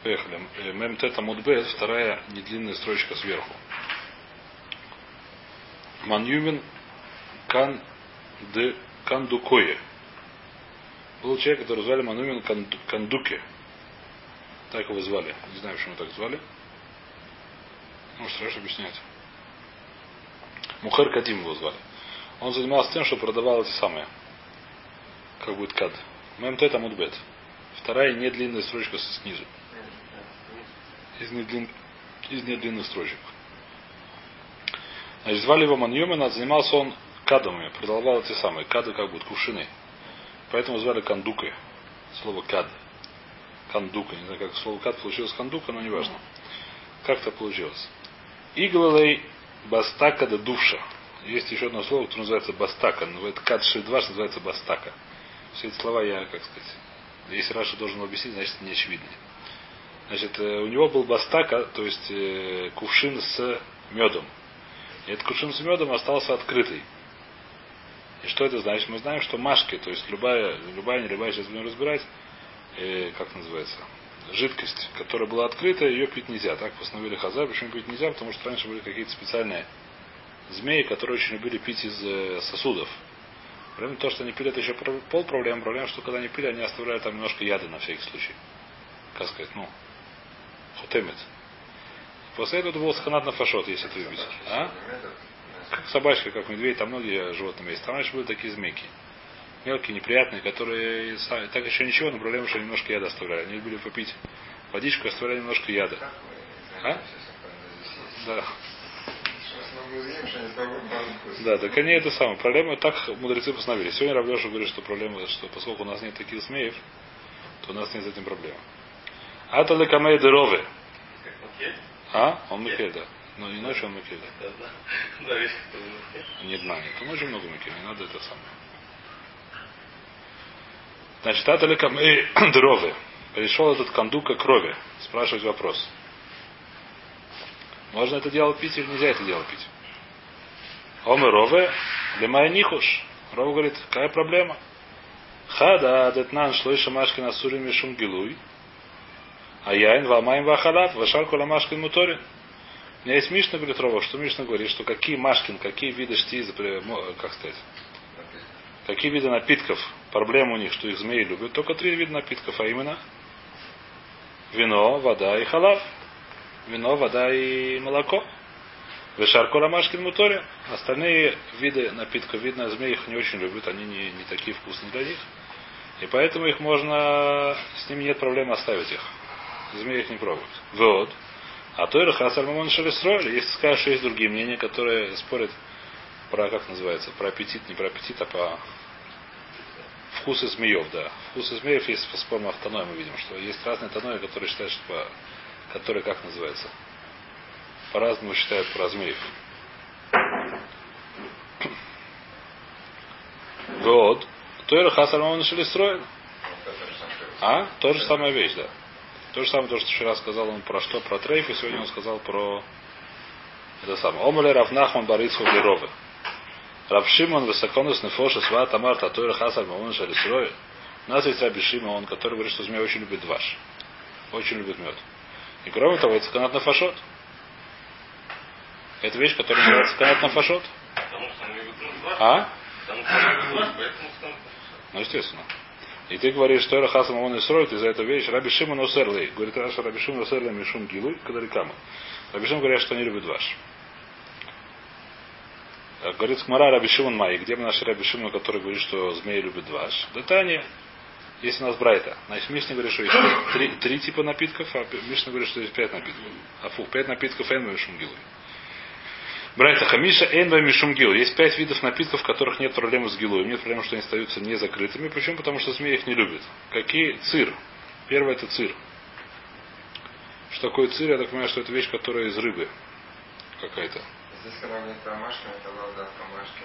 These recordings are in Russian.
Поехали. Мемтет Амудбет, вторая недлинная строчка сверху. Манюмин Кандукое. Был человек, который звали Манюмин Кандуке. Так его звали. Не знаю, почему так звали. Может, хорошо объяснять. Мухар Кадим его звали. Он занимался тем, что продавал эти самые. Как будет кад. Мемтет Амудбет. Вторая недлинная строчка снизу. Из недлинных строчек. Значит, звали его Маньюмен, занимался он кадами, продавал эти самые. Кады как будут, кувшины. Поэтому звали Кандукой. Слово кад. Кандука. Не знаю, как слово кад получилось кандука, но неважно. Как-то получилось. Иглалей бастака да дувша. Есть еще одно слово, которое называется бастака. Но это кад ши-2, что называется бастака. Все эти слова я, как сказать, если Раша должен объяснить, значит не очевидны. Значит, у него был бастака, то есть кувшин с медом. И этот кувшин с медом остался открытый. И что это значит? Мы знаем, что машки, то есть любая, не любая, сейчас будем разбирать, как называется, жидкость, которая была открыта, ее пить нельзя. Так постановили Хазар. Почему пить нельзя? Потому что раньше были какие-то специальные змеи, которые очень любили пить из сосудов. Проблема то, что они пили, это еще полпроблема. Проблема, что когда они пили, они оставляли там немножко яда на всякий случай. Как сказать, хутемет. После этого это был сханат на фашот, если это любите. Как собачка, как медведь, там многие животные есть. Там раньше были такие змейки. Мелкие, неприятные, которые так еще ничего, но проблема, что немножко яда оставляли. Они любили попить водичку, оставляли немножко яда. Да. Да, так они это самое. Проблема, так мудрецы постановили. Сегодня Рав Леша говорит, что проблема, что поскольку у нас нет таких змеев, то у нас нет с этим проблем. Это лекамей дерове. Он Микель, да. Но не ночью он Микель, да. Не знаю, это ночью много Микель, не надо это самое. Значит, это лекамей дерове. Пришел этот кандука крови. Спрашивать вопрос. Можно это дело пить или нельзя это дело пить? Омы рове, лемай нихуш. Ров говорит, какая проблема? Хада детнан шлойша машкина сурим мишум гилуй. А яин вамаем вахалав, вашарку ламашкин муторин. У меня есть Мишна, говорит Рова, что Мишна говорит, что какие машкин, какие виды штиз, как сказать, какие виды напитков, проблема у них, что их змеи любят, только 3 вида напитков, а именно вино, вода и халав. Вино, вода и молоко. Вешарку ламашкин муторин. Остальные виды напитков, видно, змеи их не очень любят, они не такие вкусные для них. И поэтому их можно, с ними нет проблем оставить их. Змеи их не пробуют. Вот. А то и Рахасар Мамон Шалисроэль. Если скажешь, что есть другие мнения, которые спорят про, как называется, про аппетит, не про аппетит, а по вкусы змеев, да. Вкусы змеев есть по спорам автоной, мы видим, что есть разные тонои, которые считают, что которые, как называется, по-разному считают про змеев. Вот. То и Рахасар Мамон Шалисроэль. То же самая вещь, да. То же самое, то, что вчера сказал он про что? Про трейф, и сегодня он сказал про это самое. Омале Равнахман Барицху Геровы. Равшимон Высоконус Нефоша Сва Тамар Татура Хасар Мамон Шалисрой. У нас есть Раби Шимон, который говорит, что змея очень любит дваш. Очень любит мед. И кроме того, это канат на фашот. Это вещь, которая называется канат на фашот. Ну, естественно. И ты говоришь, что Рахасам он и строит из-за этого вещь. Раби Шимон Усерлей. Говорит, что Раби Шимон Усерлей Мишум Гилуй, Кадарикама. Раби Шимон говорят, что они любят ваш. Говорит Скмара Раби Шимон Май. Где мы нашли Раби Шимон, который говорит, что змеи любят ваш? Да Таня. Есть у нас Брайта. Значит, Мишна говорит, что есть 3 типа напитков, а Мишна говорит, что есть 5 напитков. 5 напитков Эн Мишум Гилуй. Брайта Хамиша Энва Мишум Гил. Есть 5 видов напитков, в которых нет проблемы с гилуем. Нет проблемы, что они остаются не закрытыми. Почему? Потому что змеи их не любят. Какие? Цир. Первое это цир. Что такое цир? Я так понимаю, что это вещь, которая из рыбы. Какая-то. Здесь, когда говорит про машкин, это лавда про машкин,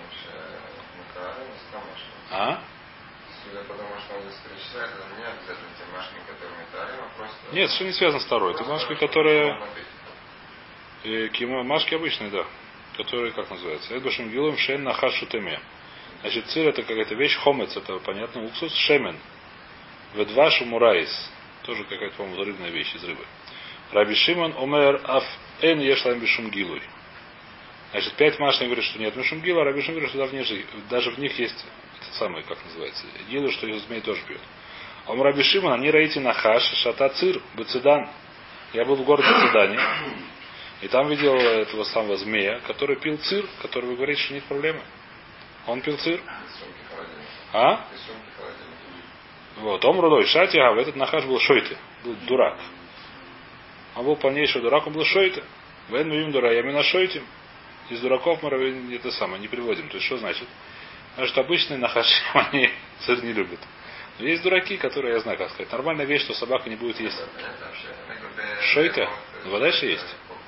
что судя по тому, что он здесь перечисляет, это не обязательно те машкин, которые металлим, а просто... Нет, что не связано с второй. Это машки, которые... Машки обычные, да. Которые, как называется? Эдбашим гилом шен нахашу теме. Значит, цир это какая-то вещь, хомец, это понятно, уксус, шемен. Ведваш мурайс. Тоже какая-то, по-моему, рыбная вещь из рыбы. Раби Шимон омер аф эн ешлам бишум гилуй. Значит, 5 машин говорит, что нет мишум гила, а Раби Шимон говорит, что даже в них есть это самое, как называется, гилу, что их змей тоже пьет. А у Раби Шимон, они раите нахаш, шата цир, бацедан. Я был в городе Цидане, и там видел этого самого змея, который пил цир, который вы говорите, что нет проблемы. Он пил цир. А? Вот, он рудой шати, а этот нахаш был шойты, был дурак. Он был полнейший дурак, он был шойты. Вен мы им дура, я именно шойте. Из дураков мы это самое не приводим. То есть что значит? Значит, обычные нахаши, они цир не любят. Но есть дураки, которые, я знаю, как сказать, нормальная вещь, что собака не будет есть. Шойта? Ну, дальше есть.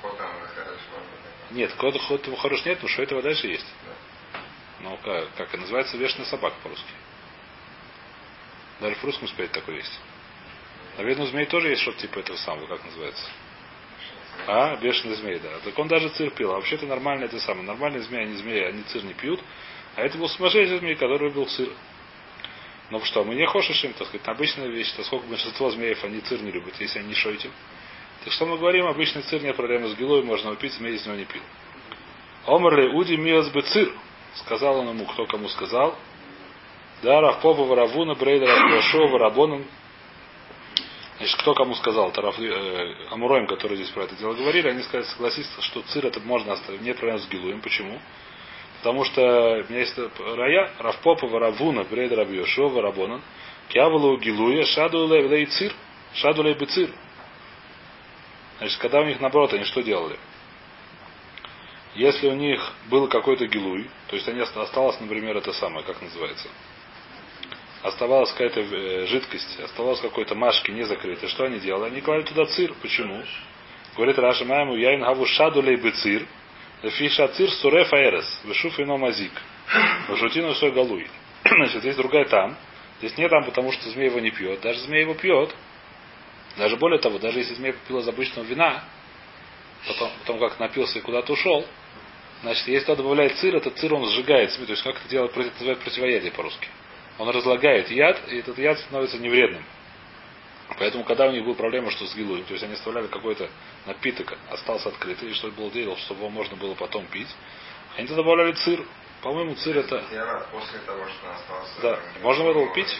Нет, кот его хорош нет, но шойта дальше есть. Ну, как называется, вешаная собака по-русски. Даже в русском спеть такой есть. Наверное, у змей тоже есть что-то типа этого самого, как называется. А, бешеный змей, да. Так он даже цир пил. А вообще-то нормально это самое. Нормальные змеи, они цир не пьют. А это был сумасшедший змей, который был цир. Ну что, мы не хошишим, так сказать, обычная вещь, то сколько большинство змеев, они цир не любят, если они не шойтим. Так что мы говорим, обычный цир, нет проблемы с гилой, можно упить, змей из него не пил. Омерли уди миас бы цир. Сказал он ему, кто кому сказал. Да, Равпова Варавуна, Брейдера, Квашова, Варабоном. Значит, кто кому сказал, Амуроим, которые здесь про это дело говорили, они сказали, согласиться, что цир это можно оставить, не проблема с гилуем. Почему? Потому что у меня есть рая, Равпопа, Варавуна, Брейдера, Квашова, Варабонон, Киавалу Гилуя, Шаду Лей Цир, Шаду Лей Бецир. Значит, когда у них наоборот, они что делали? Если у них был какой-то гилуй, то есть они осталось, например, это самое, как называется, оставалась какая-то жидкость, оставалось какой-то машки не закрытой, что они делали? Они клали туда цир. Почему? Говорит Раша Маему, яин гаву шаду лей бецир, фиша цир суреф аэрес, вышуф ино мазик, вышутину свой галуй. Значит, здесь другая там. Здесь не там, потому что змей его не пьет. Даже змей его пьет. Даже более того, даже если змей попил из обычного вина, потом как напился и куда-то ушел, значит, если туда добавляет цир, этот цир он сжигает змей. То есть как это делает, это называют противоядие по-русски. Он разлагает яд, и этот яд становится невредным. Поэтому, когда у них была проблема, что с гилуем, то есть они оставляли какой-то напиток, остался открытый, и что было делал, чтобы его можно было потом пить, они туда добавляли цир. По-моему, цир это... После того, что остался... Да. Можно было пить?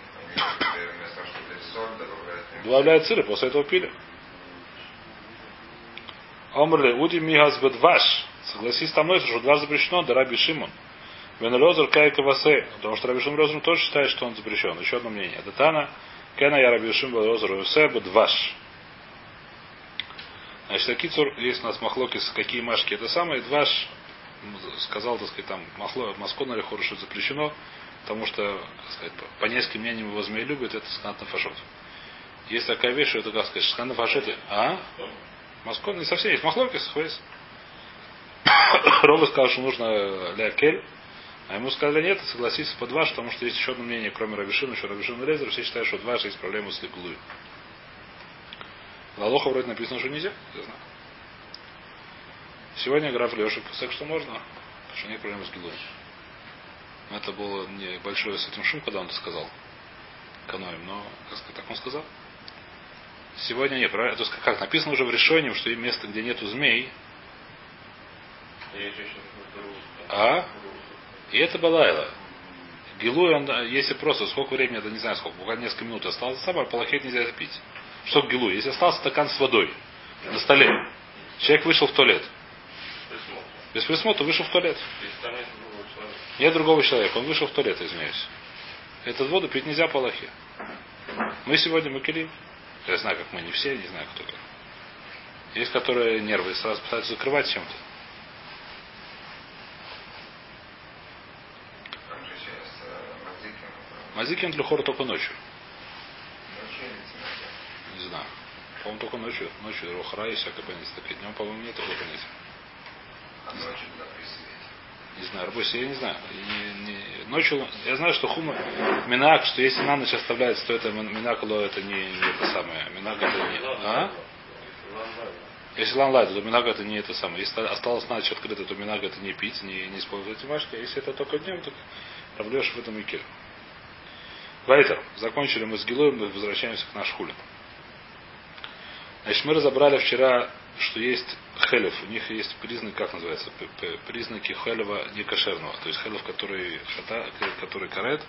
Добавляют цир, и после этого пили. Омрли, уди мигас бедваш. Согласись со мной, что дваш запрещено, да Раби Шимон. Венелозер кайка васе. Потому что Раби Шимон тоже считает, что он запрещен. Еще одно мнение. Датана, кена я Раби Шимон Лозер васе бедваш. Значит, Акицур, есть у нас махлокис, какие машки это самое, дваш, сказал, так сказать, там, маскон или хорошо запрещено, потому что, так сказать, по нескольким мнениям его змеи любят, это сканат нафашот. Есть такая вещь, что это, как сказать, сканат нафашот, маскон не совсем есть, махлокис, хвейс. Роба сказал, что нужно лякель, а ему сказали нет, согласись по дваш, потому что есть еще одно мнение, кроме Рабишина, еще Рабишина Лезер, все считают, что дваш есть проблема с леглуем. В Алоха вроде написано, что нельзя, я знаю. Сегодня граф Леша писал, что можно, потому что нет проблем с гилой. Это было небольшой с этим шум, когда он это сказал. Каноем, но, как сказать, так он сказал. Сегодня нет, правильно? То есть, как написано уже в решении, что и место, где нету змей. И это Балайла. Гилуй, он, если просто, сколько времени, это не знаю сколько, буквально несколько минут осталось, самое полохет нельзя запить. Что гилуй? Если остался стакан с водой на столе, человек вышел в туалет. Без присмотра вышел в туалет. Нет другого человека, он вышел в туалет, извиняюсь. Эту воду пить нельзя по Аллахе. Мы сегодня макелим. Я знаю, как мы, не все, не знаю, кто как. Есть, которые нервы сразу пытаются закрывать чем-то. Мазикин для хора только ночью. Не знаю. По-моему, только ночью. Ночью рохра и всякое понятие. Днем, по-моему, нет такого понятия. А ночью при свете? Не знаю, рабочий, я не знаю. Ночью, я знаю, что хума минак, что если на ночь оставляется, то это минак, это не это самое. Минак это не. А? Если ланлайт, то минак это не это самое. Если осталось на ночь открыто, то минак это не пить, не использовать машки. А если это только днем, то Равлеш в этом икер. Вайтер. Закончили мы с Гилой, мы возвращаемся к наш хулин. Значит, мы разобрали вчера, что есть хелев. У них есть признаки, как называется, признаки хелева некошерного. То есть хелев, который карет.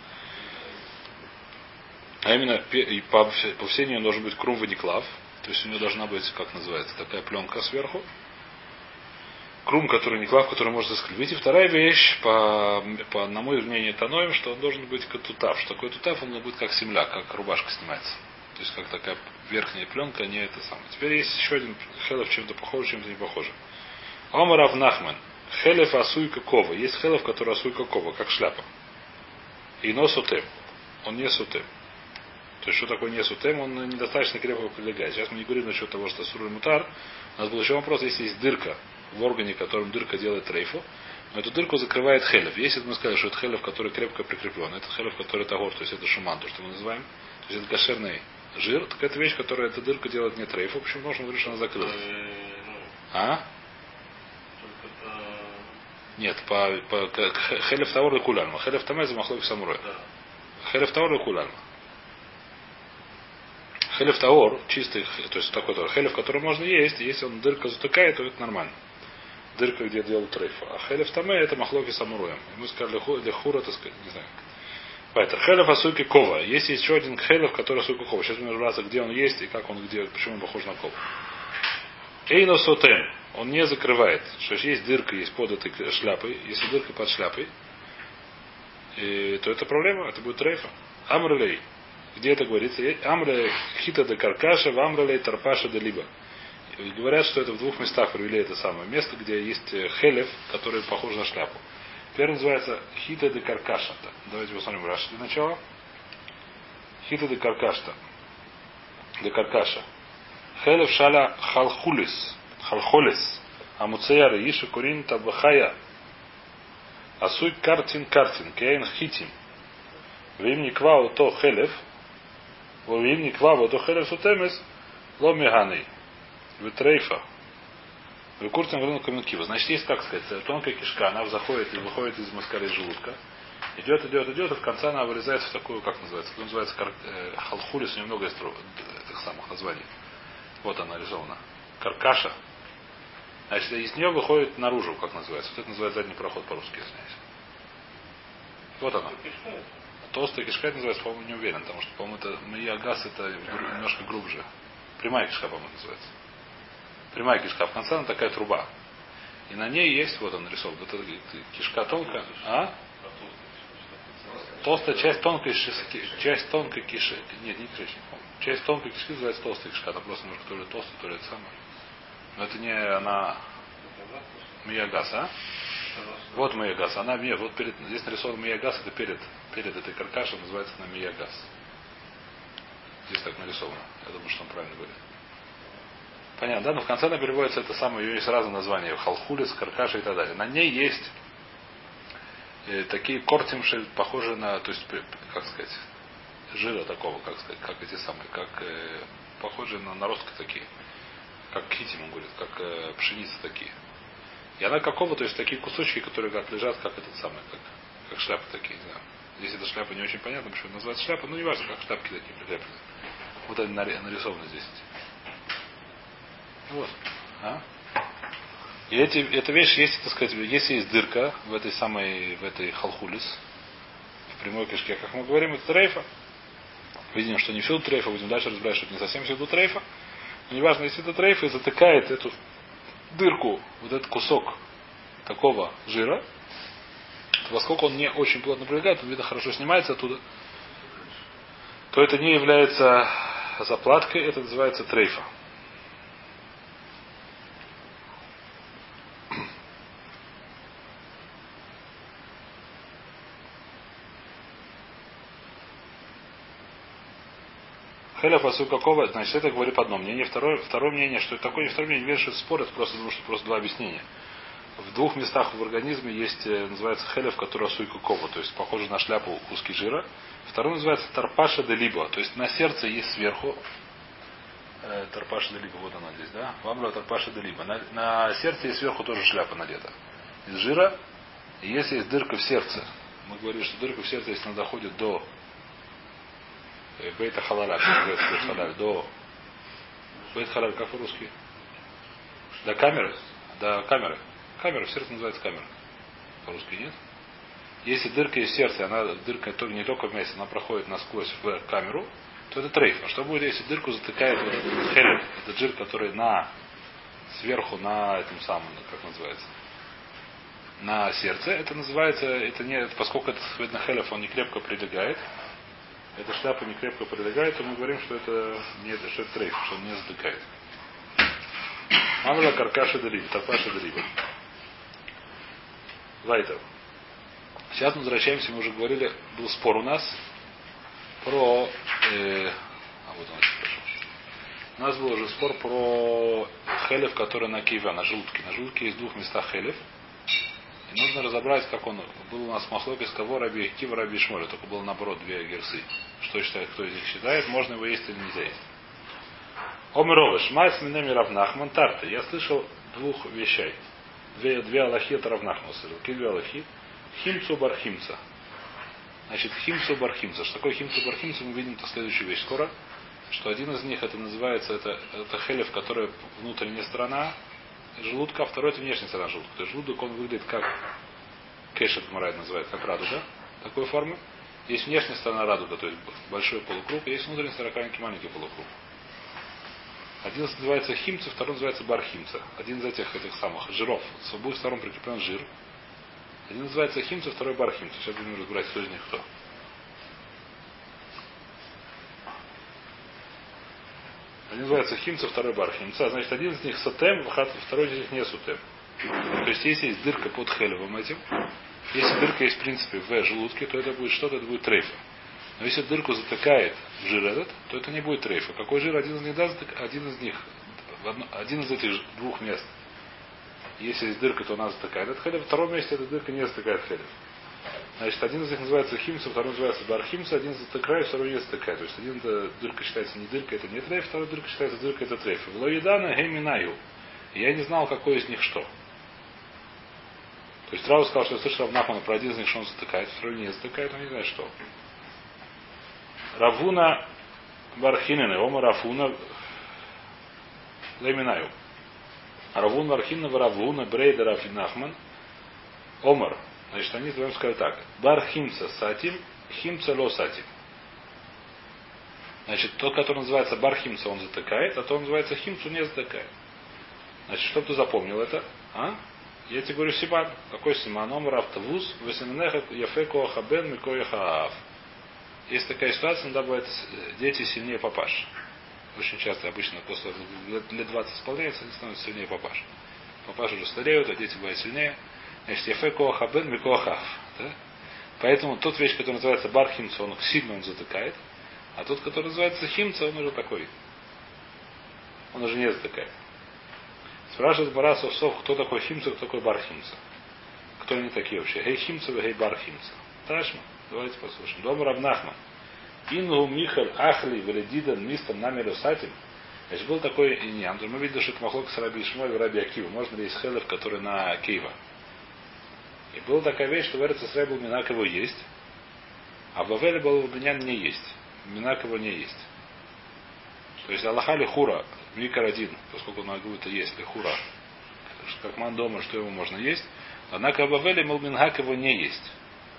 А именно, и по всей нее должен быть крум ваниклав. То есть у нее должна быть, как называется, такая пленка сверху. Крум, который не клав, который может заскребить. И вторая вещь, на мое мнение, Таноем, что он должен быть как тутав. Что такое тутав, он будет как земля, как рубашка снимается. То есть как такая верхняя пленка, не это самое. Теперь есть еще один хелев, чем-то похоже, чем-то не похоже. Омар Нахман. Хелев асуйка кова. Есть хелев, который асуйка кова, как шляпа. И но сутем. Он не сутем. То есть, что такое не сутем, он недостаточно крепко прилегает. Сейчас мы не говорим насчет того, что сур мутар. У нас был еще вопрос, если есть дырка в органе, которым дырка делает трейфу, но эту дырку закрывает хелев. Если мы сказали, что это хелев, который крепко прикреплен, это хелев, который тагор, то есть это шуман, то, что мы называем, то есть это кошерный жир, так это вещь, которая эта дырка делает не трейфу, почему нужно говорить, что она закрылась? А? Нет, хелев таор и кулальма. Хелев тамай за махлоки самурой. Хелев таор и кулальма. Хелев таор, чистый, то есть такой таор, хелев, который можно есть, если он дырка затыкает, то это нормально. Дырка, где делают трейфу. А хелев тамэ это махлоки самуроем. И мы сказали, для хура, так сказать, не знаю. Поэтому хелев асуйки кова. Есть еще один хелев, который асуйка кова. Сейчас будем разбираться, где он есть и как он, где, почему он похож на ков. Эйно сотем. Он не закрывает. Что есть дырка, есть под этой шляпой. Если дырка под шляпой, то это проблема, это будет трейфа. Амрелей. Где это говорится? Амрелей хита де каркаша, в амрелей тарпаша де либо. И говорят, что это в двух местах привели это самое место, где есть хелев, который похож на шляпу. Первый называется хита де каркашта. Давайте посмотрим Раши для начала. Хита де каркашта. Де каркаша. Хелев шаля халхулис. Халхолис. Амуцеяра иша курин табахая. Асуй картин. Кейн хитим. Вим никвау то хелев. Вим никвау то хелев сутемес. Ломиганый. Витрейфа. Выкуртим рынок каменкива. Значит, есть, как сказать, тонкая кишка, она заходит и выходит из москалей желудка. Идет, и в конце она вырезается в такую, как называется? Это называется халхулис, у нее много этих самых названий. Вот она нарисована. Каркаша. Значит, из нее выходит наружу, как называется. Вот это называется задний проход по-русски, извиняюсь. Вот она. Толстая кишка это называется, по-моему, не уверен, потому что, по-моему, это миягас это немножко глубже. Прямая кишка, по-моему, называется. Прямая кишка. В конце она такая труба. И на ней есть, вот он нарисован, вот эта кишка тонкая. А? Толстая часть тонкой кишки. Нет, не кишечник. Часть тонкой кишки называется толстая кишка. Она просто немножко то ли толстая, то ли это самое. Но это не она. Миягас, а? Вот Миягас. Она вот перед. Здесь нарисован Миягас, это перед этой каркашей, называется она Миягас. Здесь так нарисовано. Я думаю, что он правильно говорит. Понятно, да? Но в конце она переводится это самое, ее есть разные названия. Халхулис, каркаша и так далее. На ней есть такие кортимши, похожие на, то есть, как сказать, жира такого, как сказать, как эти самые, как похожие на наростки такие. Как хитим, он говорит, как пшеница такие. И она какого, то есть такие кусочки, которые как лежат, как этот самый, как шляпы такие, не знаю. Здесь эта шляпа не очень понятно, почему называется шляпа, но не важно, как шляпки такие прикреплены. Вот они нарисованы здесь. Вот. А? И эта вещь есть, так сказать, если есть дырка в этой халхулис, в прямой кишке, как мы говорим, это трейфа. Видим, что не всюду трейфа, будем дальше разбирать, что это не совсем всюду трейфа. Но неважно, если это трейфа и затыкает эту дырку, вот этот кусок такого жира, то поскольку он не очень плотно прилегает, он, видно, хорошо снимается оттуда, то это не является заплаткой, это называется трейфа. Хелев асу какого, значит, это говорит одно мнение. Второе мнение, что это такое, не второе мнение, не верю, что это спор, это просто потому, что просто два объяснения. В двух местах в организме есть, называется хелев, который асуй какого, то есть похоже на шляпу куски жира. Второй называется тарпаша де либо, то есть на сердце есть сверху тарпаша де либо, вот она здесь, да? Вамра тарпаша де либо. На сердце есть сверху тоже шляпа надета. Из жира. И если есть дырка в сердце, мы говорили, что дырка в сердце, если она доходит до Бейта халаля, до Бейт халяль, как по-русски? Да, камеры. Да, камеры. Камера, в сердце называется камера. По-русски нет. Если дырка из сердца, она дырка не только вместе, она проходит насквозь в камеру, то это трейф. А что будет, если дырку затыкает вот этот хелев, этот жир, который сверху на этом самом, как называется, на сердце, это называется, это не, поскольку этот хелев, он не крепко прилегает, эта шляпа не крепко прилегает, то мы говорим, что это не что это трейф, что он не затыкает. Мамла каркаша делиба, тапаша делиба. Вайтер. Сейчас мы возвращаемся, мы уже говорили, был спор у нас про... вот он, прошу. У нас был уже спор про хелев, который на киве, на желудке. На желудке есть в двух местах хелев. И нужно разобрать, как он... Был у нас маслок из кого раби Кива, раби Шмоля. Только было наоборот две герсы. Что считает, кто из них считает, можно его есть или нельзя есть. Омеровыш, майс минеми равнахман тарты. Я слышал двух вещей. Две аллахи от равнахман. Какие две аллахи? Химцу бархимца. Значит, химцу бархимца. Что такое химцу бархимца, мы видим следующую вещь скоро. Что один из них это называется, это хелев, который внутренняя сторона желудка, а второй это внешняя сторона желудка. То есть желудок он выглядит как кешет мурайт называется, как радуга такой формы. Есть внешняя сторона радуга, то есть большой полукруг, и есть внутренняя сторона маленький полукруг. Один называется химца, второй называется бархимца. Один из этих самых жиров. С обоих сторон прикреплен жир. Один называется химца, второй бархимца. Сейчас будем разбирать, кто из них кто. Один называется химца, второй бархимца. Значит, один из них сатем, второй из них не сутем. То есть, если есть дырка под хелевым этим, если дырка есть в принципе в желудке, то это будет что-то, это будет трейфа. Но если дырку затыкает жир этот, то это не будет трейфа. Какой жир? Один из них даст, один из этих двух мест. Если есть дырка, то она затыкает этот хелев. В втором месте эта дырка не затыкает хелев. Значит, один из них называется химца, второй называется бархимца, один затыкает, второй не затыкает. То есть один дырка считается не дырка, это не трейф, второй дырка считается дырка, это трейф. В лоидана гейминаю. Я не знал, какой из них что. То есть Рау сказал, что я слышал Равнахмана про один из них, что он затыкает, второй не затыкает, он не знает что. Равуна бархинины, ома рафуна лейминаю. Равун бархинна варавуна брейда рафинахман омар. Значит, они вдвоем сказали так. Бар химца сатим, химца ло сатим. Значит, тот, который называется бар химца, он затыкает, а тот, он называется химцу, не затыкает. Значит, чтобы ты запомнил это, а? Я тебе говорю симан. Какой симан? Ом рафтавуз, весеменеха яфеко хабен микоя хаав. Есть такая ситуация, иногда бывает, дети сильнее папаш. Очень часто, обычно, после лет 20 исполняется, они становятся сильнее папаш. Папаш уже стареют, а дети бывают сильнее. Значит, яфе коаха бен микоахав. Да? Поэтому тот вещь, который называется бар химца, он сильно он затыкает, а тот, который называется химца, он уже такой. Он уже не затыкает. Спрашивает Барасов Сов, кто такой химца, кто такой бар химца. Кто они такие вообще? Гей химца, гей бар химца. Ташма. Давайте послушаем. Дом Равнахман. Ингу Михаль Ахли Веледидан Мистам Намеру Сатим. Значит, был такой иньян. Мы видели, что это махлок с Раби Ишмой и Раби Акива. Можно ли есть хелев, который на Киева? И была такая вещь, что в Эрцисрае был минак его есть, а в Бавеле был Биньян не есть. Минак его не есть. То есть Аллаха лихура, Микар один, поскольку он говорит, есть лихура, как ман дома, что его можно есть, однако в Бавеле был минак его не есть.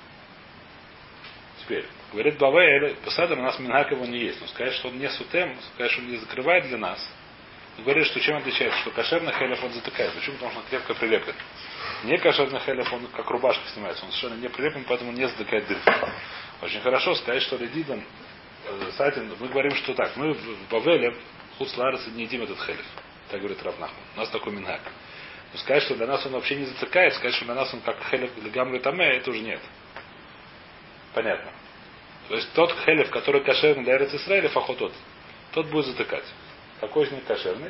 Теперь, говорит Бавель, Пасадр у нас минак его не есть. Но сказать, что он не сутем, сказать, что он не закрывает для нас. Он говорит, что чем отличается, что кошерный хелев он затыкает. Почему? Потому что он крепко прилеплен. Не кошерный хелев, он как рубашка снимается, он совершенно не прилеплен, поэтому не затыкает дырки. Очень хорошо сказать, что Редидан, Сатин, мы говорим, что так, мы в Бавеле, Хуцларец, не едим этот хелев. Так говорит Равнахман. У нас такой минхак. Но сказать, что для нас он вообще не затыкает, сказать, что для нас он как хелев гамры таме, это уже нет. Понятно. То есть тот хелев, который кошерный для Эрец Исраэля, фахотот, тот будет затыкать. Какой из них кошерный?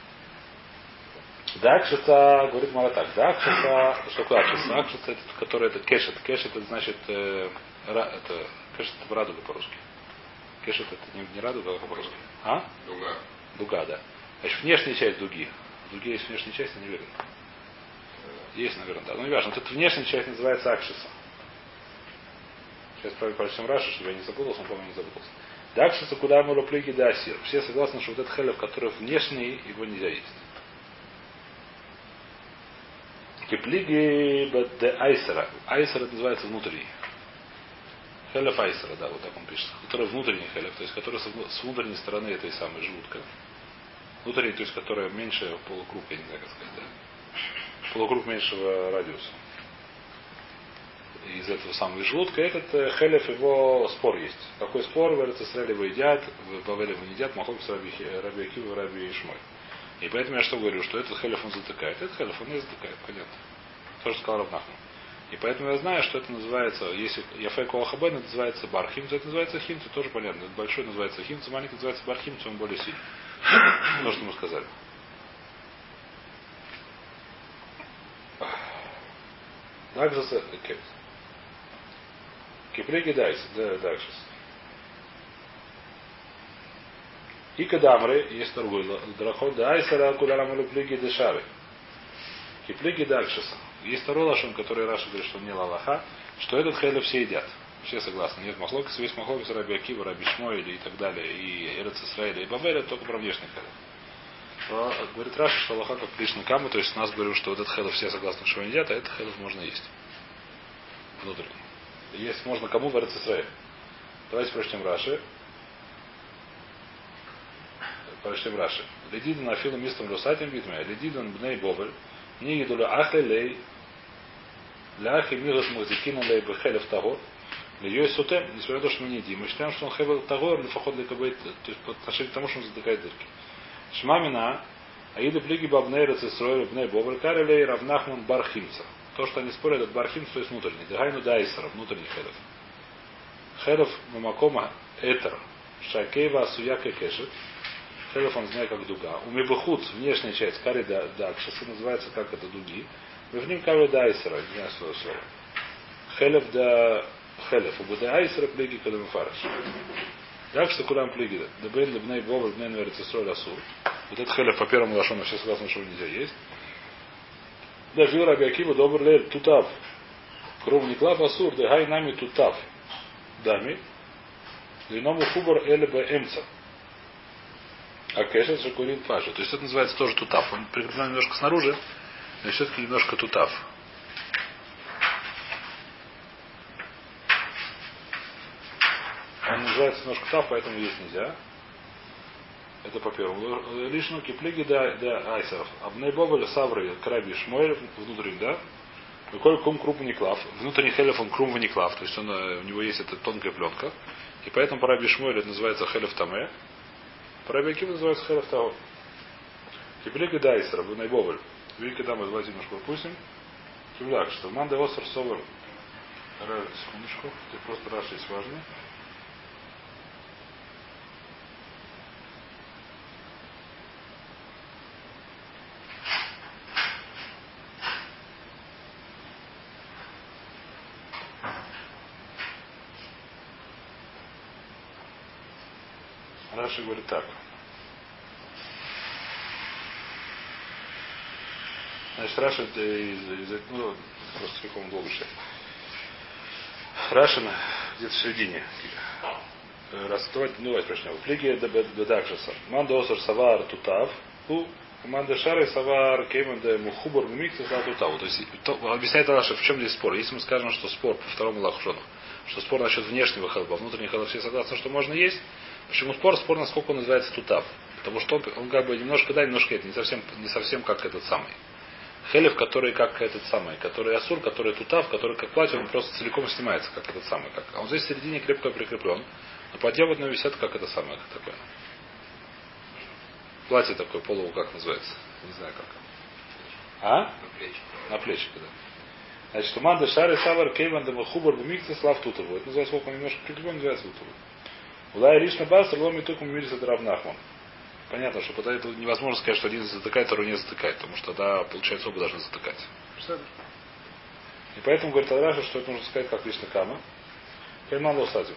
Да, акшица, говорит Маратак, да, акшица, что такое акшица? Акшица, это, который это кешет. Кешет, это значит, это, кешет это радуга по-русски. Кешет это не радуга, а по-русски. А? Дуга. Дуга, да. Значит, внешняя часть дуги. В дуге есть внешняя часть, я не уверен. Есть, наверное, да. Но не важно. Вот эта внешняя часть называется акшиса. Сейчас прочтем Рашу, чтобы я не запутался, он, по-моему, не запутался. Дальше куда мы плиги да асир. Все согласны, что вот этот хелев, который внешний, его нельзя есть. Киплиги де айсера. Айсер это называется внутренний. Хелев айсера, да, вот так он пишет. Который внутренний хелев, то есть который с внутренней стороны этой самой желудка. Внутренний, то есть которая меньше полукруг, я не знаю, как сказать, да. Полукруг меньшего радиуса. Из этого самого желудка. Этот хелев, его спор есть. Какой спор? В Израиле его едят, в Бавеле его не едят, Махок с Раби Акива, Раби Ишмой. И поэтому я что говорю, что этот хелев он затыкает. Этот хелев он не затыкает, понятно. То, что сказал Рав Нахман. И поэтому я знаю, что это называется, если Яфе Коахабен, это называется бархим, то это называется химца, тоже понятно. Это большой называется химца, маленький называется бархимца, он более сильный. То, что мы сказали. Также Киплеги дайс, да, дальше. И кадамры, есть другой драхот, дайсера кулярамалю плеги дешары. Киплеги дальше. Есть второй лашон, который Раша говорит, что он не лалаха, что этот хелев все едят. Все согласны. Нет махлокис, весь махлокис Раби Акива, Раби Шмуэль и так далее, и Эрец Исраэля, и Бавель, это только про внешний хелев. Но говорит Раша, что лаха как Кришна Кама, то есть у нас говорю, что вот этот хелев все согласны, что его едят, а этот хелев можно есть. Внутренний. Есть можно кому в Эрец Исраэль. Давайте прочтем Раши. Прочтем Раши. Ледидан афилу мистом русатим битме, ледидан бней бовель, не едуля ахле лей, ляхи мирус музыкина лей бхелев тагор, льей сутем, несмотря на то, что мы не едим. Мы считаем, что он хевел тагор, или фахот для кабейт, то есть по отношению к тому, что он затыкает дырки. Шмамина, аиды плиги бабней рецесрой бней бовель, карелей равнахман бархимца. То, что они спорят, это бархимц, то есть внутренний. Дагайну дайсера, внутренний хелев. Хелев мамакома этер, шакейва суяка кешет. Хелев он знает как дуга. У мебухут, внешняя часть, кари дакшаса, называется как это дуги. Мы в ним кари дайсера, не знаю свое слово. Хелев да хелев. У буда айсера плиги кадам фарш. Дакшаса кулам плиги. Дабен дабней бовер бней верцесроль асур. Вот этот хелев по первому лашону все согласны, что его нельзя есть. Да, жил Раби Акива, добр лель, тутав. Кровник лав асур, да гай нами тутав. Дами. Длинному хубар эльбе эмца. А кэшет же курин паша. То есть это называется тоже тутав. Он прикреплен немножко снаружи, но все-таки немножко тутав. Он называется немножко тутав, поэтому есть нельзя. Это по первому. Лишнему киплиги да айсеров. Абней бобель савры краби шмойль внутренний, да? Какой кум крупный клав. Внутренний хелев он крум ваниклав. То есть он, у него есть эта тонкая пленка. И поэтому по раби Шмуэлю это называется хелев таме. По раби Акиву называется хелев тао. Киплиги да айсера. Абней бобель. Вики да мы давайте немножко пропустим. Кивляк, что манда осер совер. Секундочку. Это просто Раша есть важный. Раша говорит так. Значит, Раша ну, просто целиком долго читать. Раша где-то в середине. Давайте прочнем. Плиги бедакшаса. Манда осар савар тутав. Манда шары савар кейманда мухубар мумикса савар тутаву. То есть объясняет Раша, в чем здесь спор. Если мы скажем, что спор по второму лахшону, что спор насчет внешнего хелба, внутреннего хелба все согласны, что можно есть. Почему спор? Спор, насколько он называется тутав. Потому что он как бы немножко да, немножко это, не совсем как этот самый. Хелев, который как этот самый, который асур, который тутав, который как платье, он просто целиком снимается, как этот самый. Как. А он здесь в середине крепко прикреплен. Но подъем от него висят, как это самое, как такое. Платье такое, полу, как называется. Не знаю как. А? На плечи, да. Значит, уманда шары савар кейван дамахубар бумикса слав тутову. Это называется, сколько он немножко прикреплен, называется тутову. Улай ришна бас, ломи тукум мирisa дравнахман. Понятно, что под это невозможно сказать, что один затыкает, второй не затыкает, потому что тогда, получается, оба должны затыкать. И поэтому говорит Раша, что это нужно сказать как лично кама. Кайман лосадим.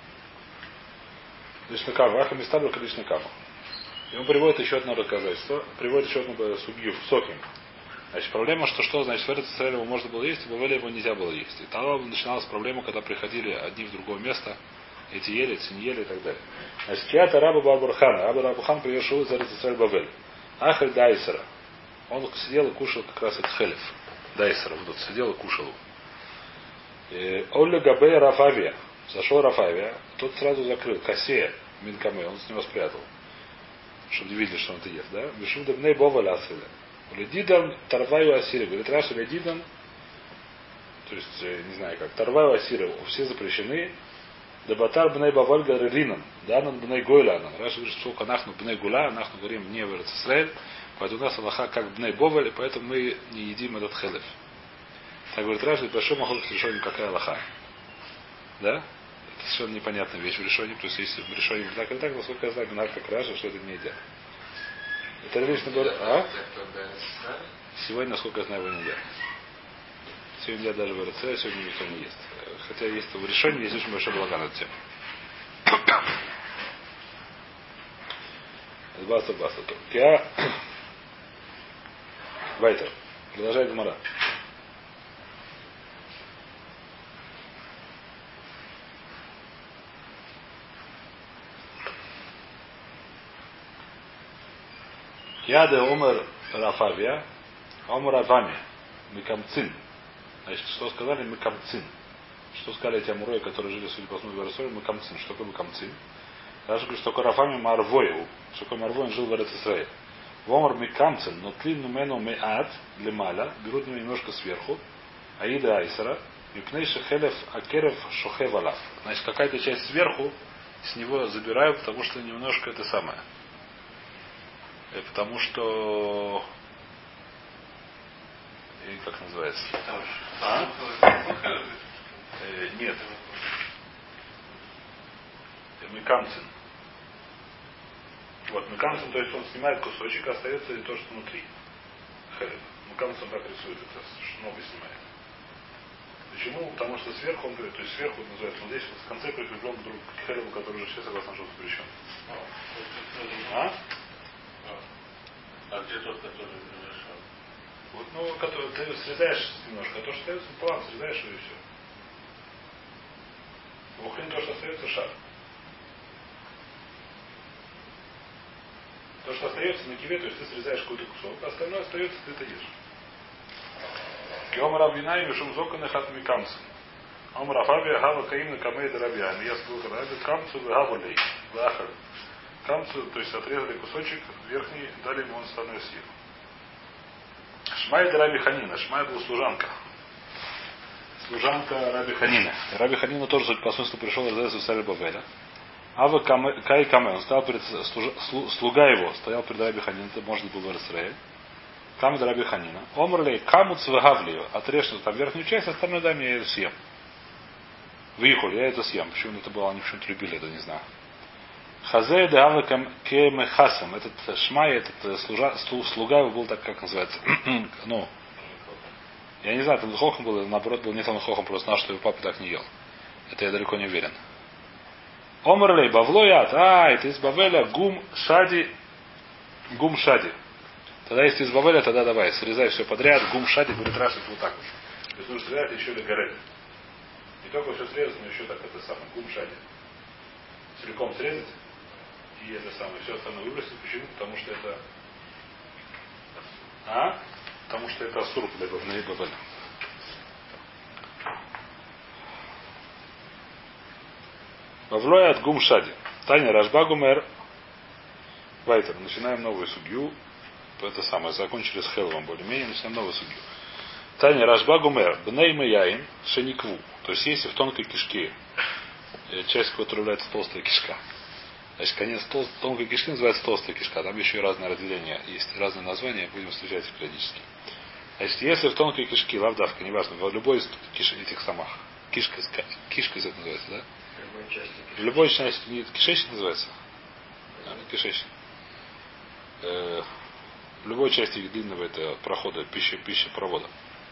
Лично кама. Аха местабр как лично кама. И он приводит еще одно доказательство. Приводит еще одну судью в Сохим. Значит, проблема, что значит, в Эрец Исраэле его можно было есть, в Бавеле его нельзя было есть. И тогда начиналась проблема, когда приходили одни в другое место, эти ели, эти не ели и так далее. Значит, киата раба Барбархана. Раба Барбархан приехал из Израиль Бавель. Ахель Дайсера. Он сидел и кушал как раз этот хелев. Дайсера. Вот сидел и кушал его. Олли Габе Рафавия. Зашел Рафавия. Тот сразу закрыл. Кассея. Минкаме. Он с него спрятал. Чтобы не видели, что он это ест. Да? Вишум Дебней Бова Лясиля. Уледидан Тарваю Асири. Говорит, Раша Ледидан. То есть, не знаю как. Тарваю Асири. Все запрещены. Дебатар Бней Баваль Гарелинан. Да, над Бней Гойланан. Раша говорит, сколько нахну Бней Гуля. Нахну говорим не в Израиль. Поэтому у нас Аллаха как Бней Боваль. И поэтому мы не едим этот хелев. Так говорит Раша. Большой махлок с решением какая Аллаха. Да? Это совершенно непонятная вещь в решении. То есть, если в решении так и так, насколько я знаю, Гнар как Раша, что это не едят. Это лично говорит, а? Сегодня, насколько я знаю, его не едят. Сегодня едят даже в РЦ, сегодня никто не ест. Хотя есть в решении, есть очень большой блага над тем. Баста. Киа. Вайтер. Продолжает Гмара. Яде Омер Рафавия, Омер Авами, Микамцин. Значит, что сказали Микамцин? Что сказали эти амурои, которые жили, судя по всему, в Иерусалиме, Микамцин? Что такое Микамцин? Даже говорит, что такое Рафами Марвоеву. Что такое Марвой, он жил в Эрец-Исраэль. Омер Микамцин, но тлин нумену меат, лемаля, берут его немножко сверху, аида айсера, мипнейши хелев акерев шохевалав. Значит, какая-то часть сверху с него забирают, потому что немножко это самое. Потому что... И как называется? А? Нет. Микамцин. Вот, микамцин, то есть он снимает кусочек, а остается и то, что внутри. Хелев. Микамцин так рисует, это что новый снимает. Почему? Потому что сверху он говорит, то есть сверху называется, вот здесь вот в конце прикреплен друг к хелеву, который уже все согласны, что запрещен. А? А где тот, который разрешал? Вот, ну, который ты срезаешь немножко, а то, что остается, план, срезаешь его и все. В ухлин то, что остается, шар. То, что остается на киве, то есть ты срезаешь какой-то кусок, а остальное остается, ты это ешь. Киом Раввинай Мишум Зоканы Хат Микамсен. Ом Рафавия Хава Каимна Камей Дарабьян. Я сказал, Раби Камцу Вегавалей. Вахар. Камцу, то есть отрезали кусочек верхний, дали ему он остальное съел. Шмай Раби Ханина. Шмай была служанка. Служанка Раби Ханина. Раби Ханина тоже, судя по смыслу, пришел из Израиля Бавеля. Ава Кай Каме. Он стоял перед слуга его, стоял перед Раби Ханина, это может быть был Израиль. Камед Раби Ханина. Омрлей камуц вегавлию. Отрежь там верхнюю часть, остальное дай мне, я это съем. Выехали, я это съем. Почему это было, они почему-то любили это, не знаю. Хазей де авакам кемехасам. Этот Шмай, этот слуга его был так, как называется. Ну, я не знаю, там хохом был, наоборот, был не там хохом, просто знал, что его папа так не ел. Это я далеко не уверен. Омрлей, бавло яд. Это из Бавеля гум шади. Тогда если из Бавеля, тогда давай, срезай все подряд, гум шади, говорит Раши, вот так вот. То есть нужно срезать еще или горет. Не только все срезать, но еще так это самое, гум шади. Целиком срезать и это самое, все остальное выбросить. Почему? Потому что это... Потому что это асур для Бавеля. Бавлоя от гум шади. Таня Рашба гумер. Вайтер. Начинаем новую судью. Это самое, закончили с Хелвом более-менее, начинаем новую судью. Таня Рашба гумер. Бней маяин шеникву. То есть если в тонкой кишке часть, которая является толстая кишка. Значит, конец тонкой кишки называется толстая кишка. Там еще и разные разделения есть, разные названия, будем встречать их периодически. Значит, если в тонкой кишке, лавдавка, неважно, в любой из этих самых, кишка это называется, да? В любой части, не кишечник называется? Кишечник. В любой части длинного это прохода, пищепровода.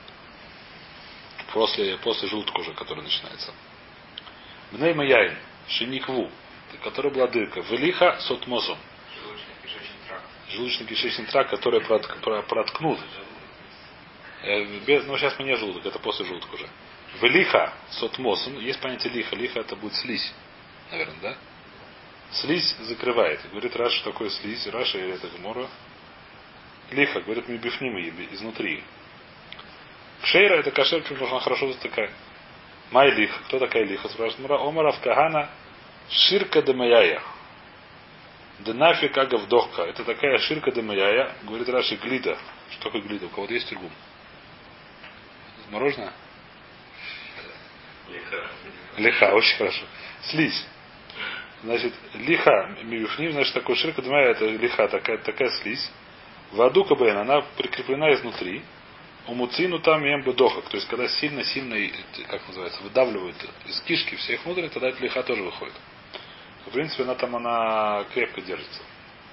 После желудка уже, который начинается. Бней маяин, шеникву, которая была дырка. Велиха сотмосом. Желудочно-кишечный тракт, который проткнут. Ну, сейчас мы не желудок, это после желудка уже. Велиха сотмосом. Есть понятие лиха. Лиха это будет слизь. Наверное, да? Слизь закрывает. Говорит Раша, что такое слизь. Раша или это Гмора. Лиха, говорит, мы бифним изнутри. Кшейра это кашер, потому что она хорошо затыкает. Май лиха. Кто такая лиха? Спрашивает Мура. Омарав Кагана ширка демаяя. Денафик агавдохка. Это такая ширка демаяя. Говорит Раши глида. Что такое глида? У кого-то есть тюргум? Мороженое? Лиха, очень хорошо. Слизь. Значит, лиха мивифним, значит, такой ширка демаяя, это лиха, такая слизь. В аду кабен, она прикреплена изнутри. У муцину там мембедохак. То есть, когда сильно, как называется, выдавливают из кишки всех внутрь, тогда эта лиха тоже выходит. В принципе, она крепко держится.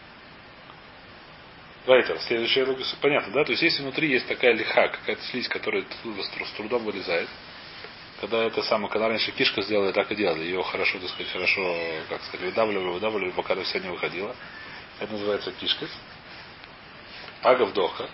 Вайтер, следующая логика, понятно, да? То есть, если внутри есть такая лиха, какая-то слизь, которая с трудом вылезает, когда когда раньше кишка сделали, так и делали. Ее хорошо, так сказать, как сказать, выдавливали, пока до вся не выходила. Это называется кишка. Агавдоха.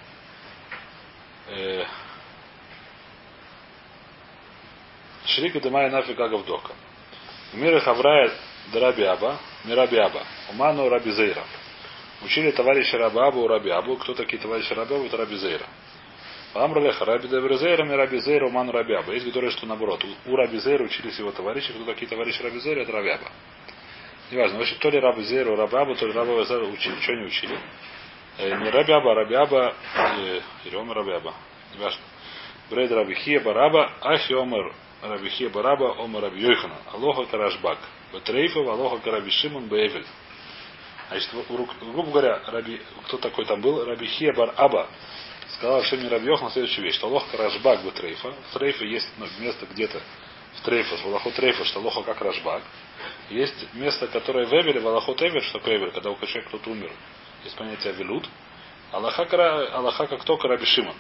Шрика Демая нафиг Агавдоха. Мира Хаврая Раби Аба, Мираби Аба. Уману Раби Зейра. Учили товарища Раби Аба у Раби Абу. Кто такие товарищи Раби Абу? Это Раби Зейра. Амралеха Раби Зейра, Мираби Зейра, Уману Раби Аба. Есть которые, что наоборот. У Раби Зейра учились его товарищи. Кто такие товарищи Раби Зейра? Это Раби Аба. Неважно. В общем, то ли Раби Зейра у Раби Абу, то ли Раби Зейра учили. Что не учили? Не Раби Аба, или Омер Раби Аба. Неважно. Брейд Раби Хия Бараба, Ахи Омер Раби Хия Бараба, Омер Раби Йохана. Алоха Карашбак. Батрейфов, Алоха Караби Шимон, Бейвель. Значит, грубо говоря, кто такой там был? Раби Хия Бараба. Сказал Шимон Раби Йохана следующую вещь. Что Алоха Карашбак Батрейфа. В Трейфе есть место где-то в Трейфа, в Аллаху Трейфа, что Алоха как Рашбак. Есть место, которое в Эвеле, в Аллаху Эвель, что такое Эвель, когда у человека кто-то умер. Есть понятие Авилут. Аллаха как только Раби Шимон.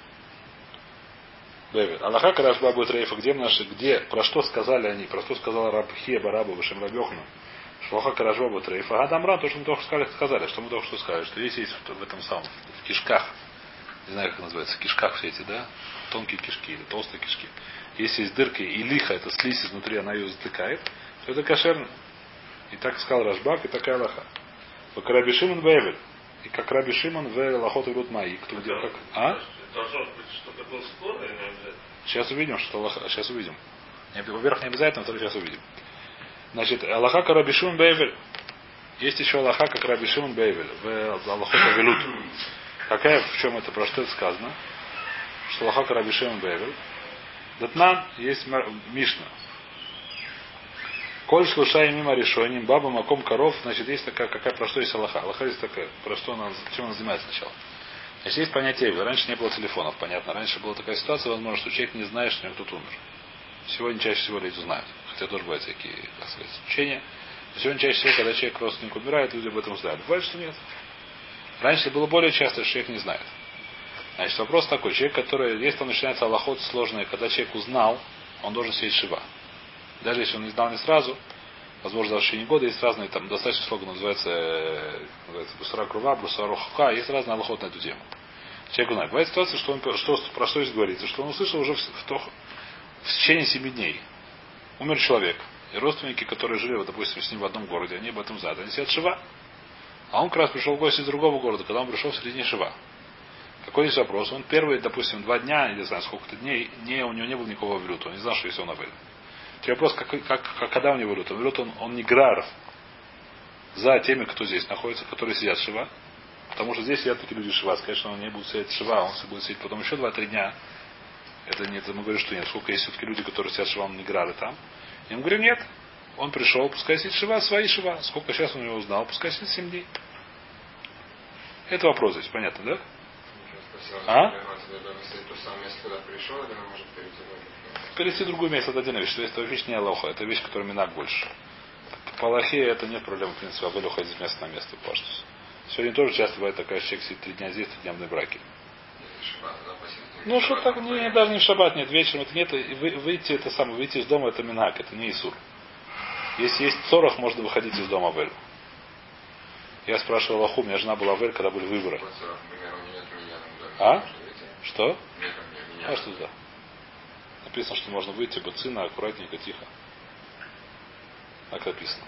Аллаха Карашба будет Рейфа, про что сказали они, про что сказал Рабхия Бараба Вашем Рабьохну, что Аллаха Карашба будет Рейфа. Адамран, то, что мы только что сказали, что мы только что сказали, что есть в этом самом, в кишках, не знаю, как называется, в кишках все эти, да, тонкие кишки или толстые кишки. Если есть дырки и лиха, это слизь изнутри, она ее затыкает, то это кошерно. И так сказал Рашбак, и такая Аллаха. Как Раби Шимон Бейвель. И как Раби Шимон в Лахот Ирут Маи. Кто где как? А? Должно быть, что это был скоро или не обязательно? Сейчас увидим, что Аллаха. Сейчас увидим. Во-первых, не обязательно, во-вторых, сейчас увидим. Значит, Аллаха как Раби Шимон Бейвель. Есть еще Аллаха как Раби Шимон Бейвель. В Аллахот Авилут. Какая, в чем это, про что это сказано? Что Аллаха как Раби Шимон Бейвель. Датнан есть Мишна. Коль слушай мимо решением, баба маком коров, значит, есть такая, про что есть Аллаха. Аллаха есть такая, про что чем она занимается сначала. Значит, есть понятие, раньше не было телефонов, понятно. Раньше была такая ситуация, возможно, что человек не знает, что у него кто-то умер. Сегодня чаще всего люди знают. Хотя тоже бывают всякие, так сказать, учения. Но сегодня чаще всего, когда человек родственник умирает, люди об этом знают. Бывает, что нет. Раньше было более часто, что человек не знает. Значит, вопрос такой. Человек, который, если там начинается аллахот сложное, когда человек узнал, он должен сеять шива. Даже если он не знал не сразу, возможно, в течение года есть разные, там достаточно слоган называется Бусара Крува, Бусара Хука, есть разные аллахот на эту тему. Человек знает. Бывает ситуация, что про что здесь говорится, что он услышал уже в течение 7 дней. Умер человек. И родственники, которые жили, допустим, с ним в одном городе, они об этом знают. Они сидят шива. А он как раз пришел в гости из другого города, когда он пришел в середине шива. Какой есть вопрос? Он первые, допустим, 2 дня, не знаю, сколько-то дней, у него не было никакого авилюта. Он не знал, что есть он авилют. Вопрос, когда у него вилют? Он не грар за теми, кто здесь находится, которые сидят шива. Потому что здесь сидят такие люди шива. Конечно, он не будет сидеть шива, он будет сидеть потом еще 2-3 дня. Это нет, мы говорим, что нет. Сколько есть все-таки люди, которые сидят шива, он не грары там. И мы говорим, нет. Он пришел, пускай сидит шива, свои шива. Сколько сейчас он его узнал, пускай сидит 7 дней. Это вопрос здесь, понятно, да? А? Перейти в другое место, это отдельная вещь. То есть, это вещь не Аллаха, это вещь, которая минак больше. По Аллахе это нет проблем, в принципе, Абелю ходить с места на место. Паштус. Сегодня тоже часто бывает такая, что человек сидит 3 дня здесь, 3 дня в браке. Ну, что так, даже не в шаббат, нет, вечером это нет. Выйти из дома это минак, это не Исур. Если есть цорах, можно выходить из дома Абелю. Я спрашивал Аллаху, у меня жена была Авель, когда были выборы. А? Что? А что да? Написано, что можно выйти бацина, аккуратненько, тихо. как написано.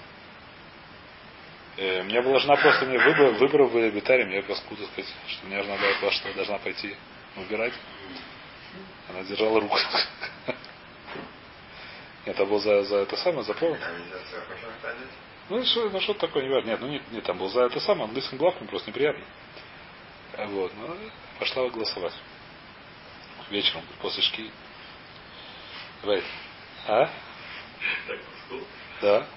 У меня была жена просто мне выбор в Битаре, мне просто так сказать, что мне жена была, что должна пойти выбирать. Она держала руку. Нет, это был за это самое, за повод. Ну что такое, не важно. Нет, там был за это самое, английским главком просто неприятно. Вот, ну, пошла голосовать. Вечером, после шки. Давай. А? Да.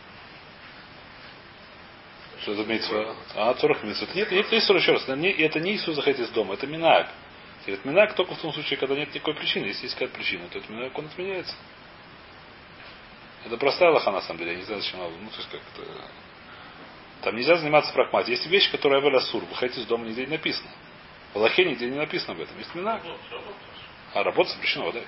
Что это митцва? Цорах митцва. Нет, есть еще раз. Это не Исус заходит из дома, это минак. Это минак только в том случае, когда нет никакой причины. Если есть какая-то причина, то это минак, он отменяется. Это простая лоха, на самом деле. Я не знаю, зачем надо. Ну, то есть как-то... Там нельзя заниматься прагматией. Есть вещи, которые Авель Асур. Выходить из дома нигде не написано. В Аллахе нигде не написано об этом. Есть минак. А работа запрещена, да?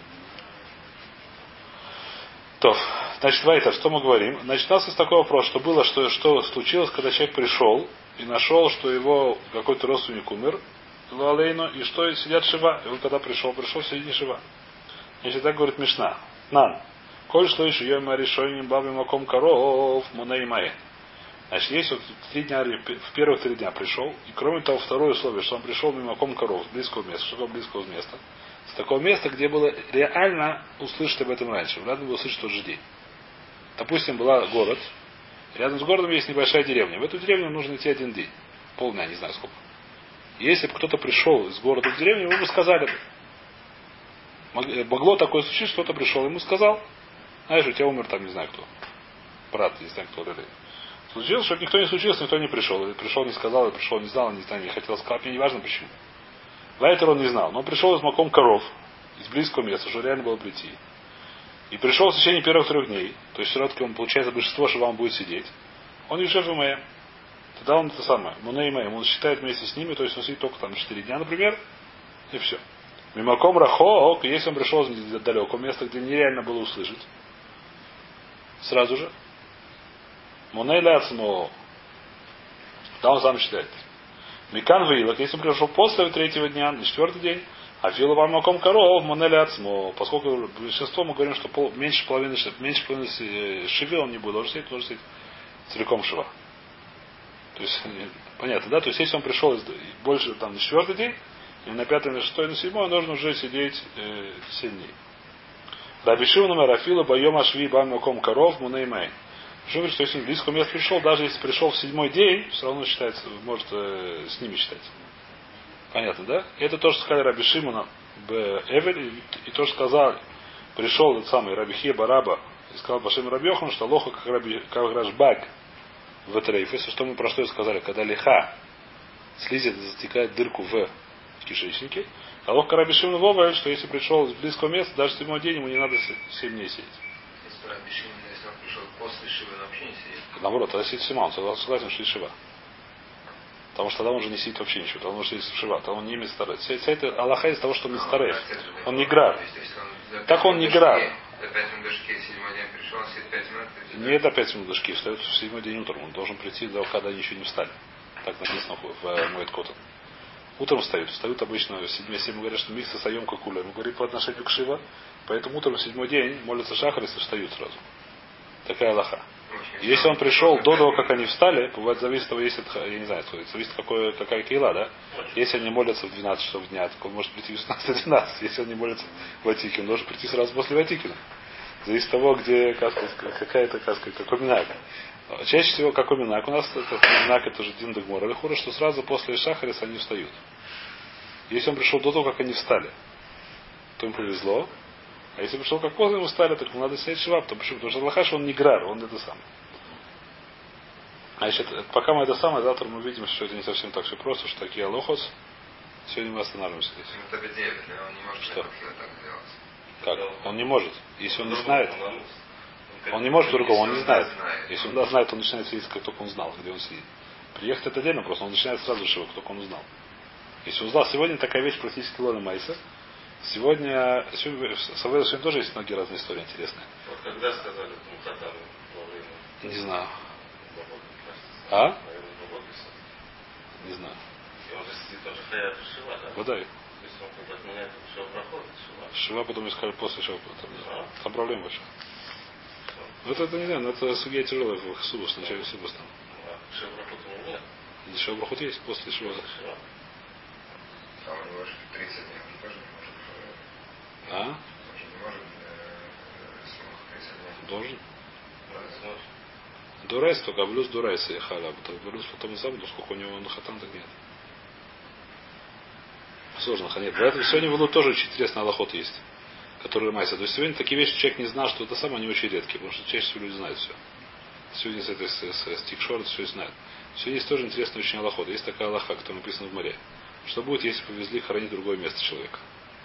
То, значит, Вайтер, что мы говорим? Значит, у нас есть такой вопрос, что было, что случилось, когда человек пришел и нашел, что его какой-то родственник умер, Лалейну, и что сидят Шива. И он когда пришел в середине Шива. Значит, так говорит Мишна. Нан. Коль что еще йома решойним бабим маком коров мунеймае. Значит, есть вот 3 дня, в первых 3 дня пришел, и кроме того, второе условие, что он пришел мимо маком коров, с близкого места. Что такое близкого места? С такого места, где было реально услышать об этом раньше. Надо было услышать в тот же день. Допустим, была город. Рядом с городом есть небольшая деревня. В эту деревню нужно идти 1 день. Полдня, не знаю сколько. Если бы кто-то пришел из города в деревню, ему бы сказали. Могло такое случиться, что-то пришел, ему сказал. Знаешь, у тебя умер там, не знаю кто. Брат, не знаю кто. Случилось, что никто не случился, никто не пришел. Или пришел, не сказал, или пришел, не знал, не знаю, не хотел сказать. Мне не важно почему. Вайтер он не знал. Но он пришел из маком коров, из близкого места, что реально было прийти. И пришел в течение первых 3 дней. То есть, все-таки он получается большинство, что вам будет сидеть. Он Юшеф и Мэя. Тогда он это самое. Муне и Мэя. Он считает вместе с ними, то есть он сидит только там 4 дня, например, и все. Мимаком рахок, если он пришел из далекого места, где нереально было услышать, сразу же. Муне ляцмо. Да, он сам считает. Микан вилок, если он пришел после 3-го дня, на 4-й день, а фила вам маком коров, муне ляцмо. Поскольку большинство мы говорим, что меньше половины шивы он не будет, должен сидеть целиком шива. То есть, понятно, да? То есть, если он пришел больше там на 4-й день, или на 5-й, на 6-й, на 7-й, он должен уже сидеть 7 дней. Рабишив номер Афила Байом Ашви Бам Маком Коров Муней Мэй. Что говорит, что если он в близкое место пришел, даже если пришел в 7-й день, все равно считается, может с ними считать. Понятно, да? Это то, что сказали Раби Шимона Эвель, и то, что сказал, пришел этот самый Раби Хе Бараба, и сказал Башим Раби Йохан, что лоха как Рашбаг в Трейфесе, что мы про что и сказали, когда лиха слизит и затекает дырку в кишечнике, а лоха Раби Шимон Вова, что если пришел из близкого места, даже в 7-й день ему не надо 7 дней сидеть. Если Раби Шимон, если он пришел после Шивы, он вообще не сидит. Наоборот, тогда сидит Сима, он согласен, что есть Шива. Потому что тогда он уже не сидит вообще ничего, тогда он может сидеть в Шива, тогда он не имеет старых. Вся эта Аллаха из того, что он не старый. Он не грар. Так он не грар. За 5 минут до шки, 7-й день пришел, он сидит 5 минут. Не до 5 минут до шки, встает в 7-й день утром. Он должен прийти, когда они еще не встали. Так написано в Моэд Котон. Утром встают обычно в 7-7 говорят, что микса саем какуля. Мы говорим по отношению к Шива. Поэтому утром в 7-й день молятся шахар и встают сразу. Такая Аллаха. Если он пришел до того, как они встали, бывает зависит от того, если я не знаю, зависит какая кейла, да? Если они молятся в 12 часов дня, так он может прийти в 16-12. Если он не молится в Ватике, он должен прийти сразу после Ватикина. Зависит от того, где какая-то каска, какой минак. Чаще всего какой минак. У нас этот минак это же Дин Дагмор или Хура, что сразу после Шахариса они встают. Если он пришел до того, как они встали, то им повезло. А если пришел как поздно ему встали, так ему надо снять шива. Потому что Аллаха, он не грар, он это сам. Значит, пока мы это самое, завтра мы увидим, что это не совсем так все просто, что такие алохос. Сегодня мы останавливаемся здесь. Это бедевит, он не может что? Так сделать. Как? Он не может. Если он не знает. Он не может по-другому, он не знает. Если он знает, он начинает сидеть, как только он знал, где он сидит. Приехать это отдельно, просто он начинает сразу шива, как только он узнал. Если он узнал, сегодня такая вещь практически лола майса. Сегодня сегодня тоже есть многие разные истории интересные. Вот когда сказали Мухатам во время? Не знаю. А? Не знаю. И он же сидит, он же хаят Шива, да? Водай. Если он как бы отменяет, то все проходит Шива. Шива потом искали после Шива. Там проблема большая. Вот это не знаю, но это судья тяжелая в Субус, в начале Субус там. Шеврохот у него нет. Шеврохот есть после Шива. А у него же 30 дней, он тоже не может. А? Он же не может смог 30 дней. Должен. Да. Дурайс только блюз Дурайса и халя. Блюз потом сам, сколько у него на хатан так нет. Сложно нет. Поэтому сегодня в Лу тоже очень интересный аллахот есть, который майся. То есть сегодня такие вещи человек не знал, что это самое, они очень редкие, потому что чаще всего люди знают все. Сегодня с этой с тикшор все знают. Сегодня есть тоже интересный очень аллахот. Есть такая аллаха, которая написана в море. Что будет, если повезли хоронить в другое место человека?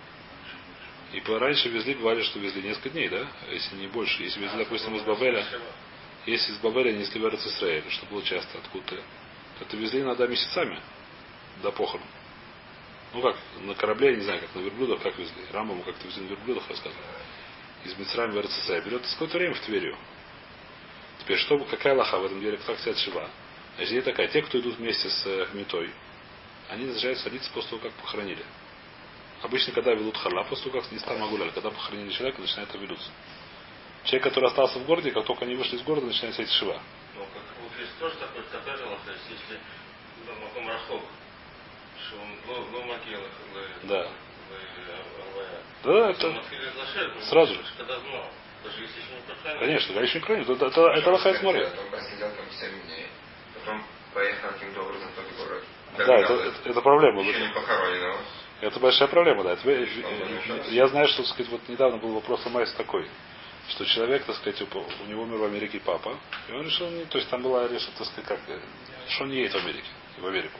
И раньше везли, бывали, что везли несколько дней, да? Если не больше. Если везли, допустим, из Бавеля, если из Бавеля несли в Эрец Исраэль, что было часто откуда-то, это везли иногда месяцами до похорон. Ну как, на корабле, я не знаю, как на верблюдах, как везли. Рамбаму как-то везли на верблюдах, рассказывали. Из Мицраима в Эрец Исраэль. Берет какое-то время в Тверью. Теперь, какая лоха в этом деле, как сказать Шива? Значит, есть такая, те, кто идут вместе с Метой, они начинают садиться после того, как похоронили. Обычно, когда ведут хала, после того, как не стал гуляли, когда похоронили человека, начинают ведутся. Человек, который остался в городе, как только они вышли из города, начинает сидеть Шива. Ну, как вот есть тоже такая же лоха, если Маком Рахок, что он был могилах, да. Да, это сразу же. Когда знал. Даже если еще не похоронили. Конечно, когда еще не похоронили. Это лоха из моря. Он просидел там 7 дней. Потом поехал каким-то образом в тот город. Да, это проблема. Еще не похороненного. Это большая проблема, да. Я знаю, что, так сказать, вот недавно был вопрос о Майсе такой, что человек, так сказать, у него умер в Америке папа, и он решил, то есть там была решила, так сказать, что он не едет в Америке, в Америку.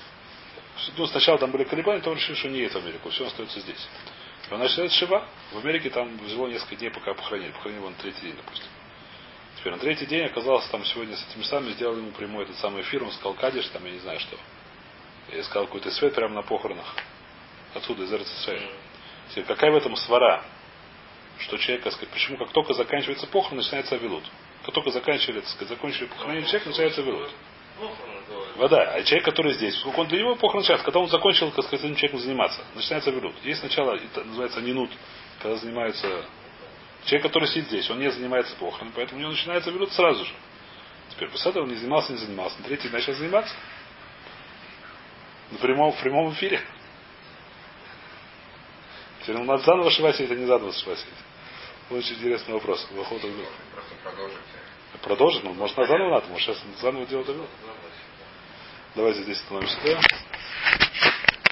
Ну, сначала там были колебания, то он решил, что не едет в Америку, все остается здесь. И он начинает Шива. В Америке там взяло несколько дней, пока похоронили. Похоронили его на третий день, допустим. Теперь на третий день оказался там сегодня с этими самыми, сделал ему прямой этот самый эфир, он сказал кадиш, там я не знаю что. Я сказал какой-то свет прямо на похоронах. Отсюда, из Эрец Исраэля. Какая в этом свара? Что человек, так сказать, почему как только заканчивается похорон, начинается авилут. Как только закончили похоронили человека, начинается авилут. Вода. А человек, который здесь, сколько он для него похорон сейчас, когда он закончил, так сказать, этим человеком заниматься, начинается авилут. Есть сначала, это называется нинут, когда занимаются. Человек, который сидит здесь, он не занимается похороном, поэтому у него начинается авилут сразу же. Теперь после этого он не занимался, на третий начал заниматься. В прямом эфире. Теперь он надо заново шивать, это не заново шивать. Очень интересный вопрос. Просто продолжите. Продолжить? Ну, может, заново надо, может, сейчас заново делать. Давайте здесь остановимся.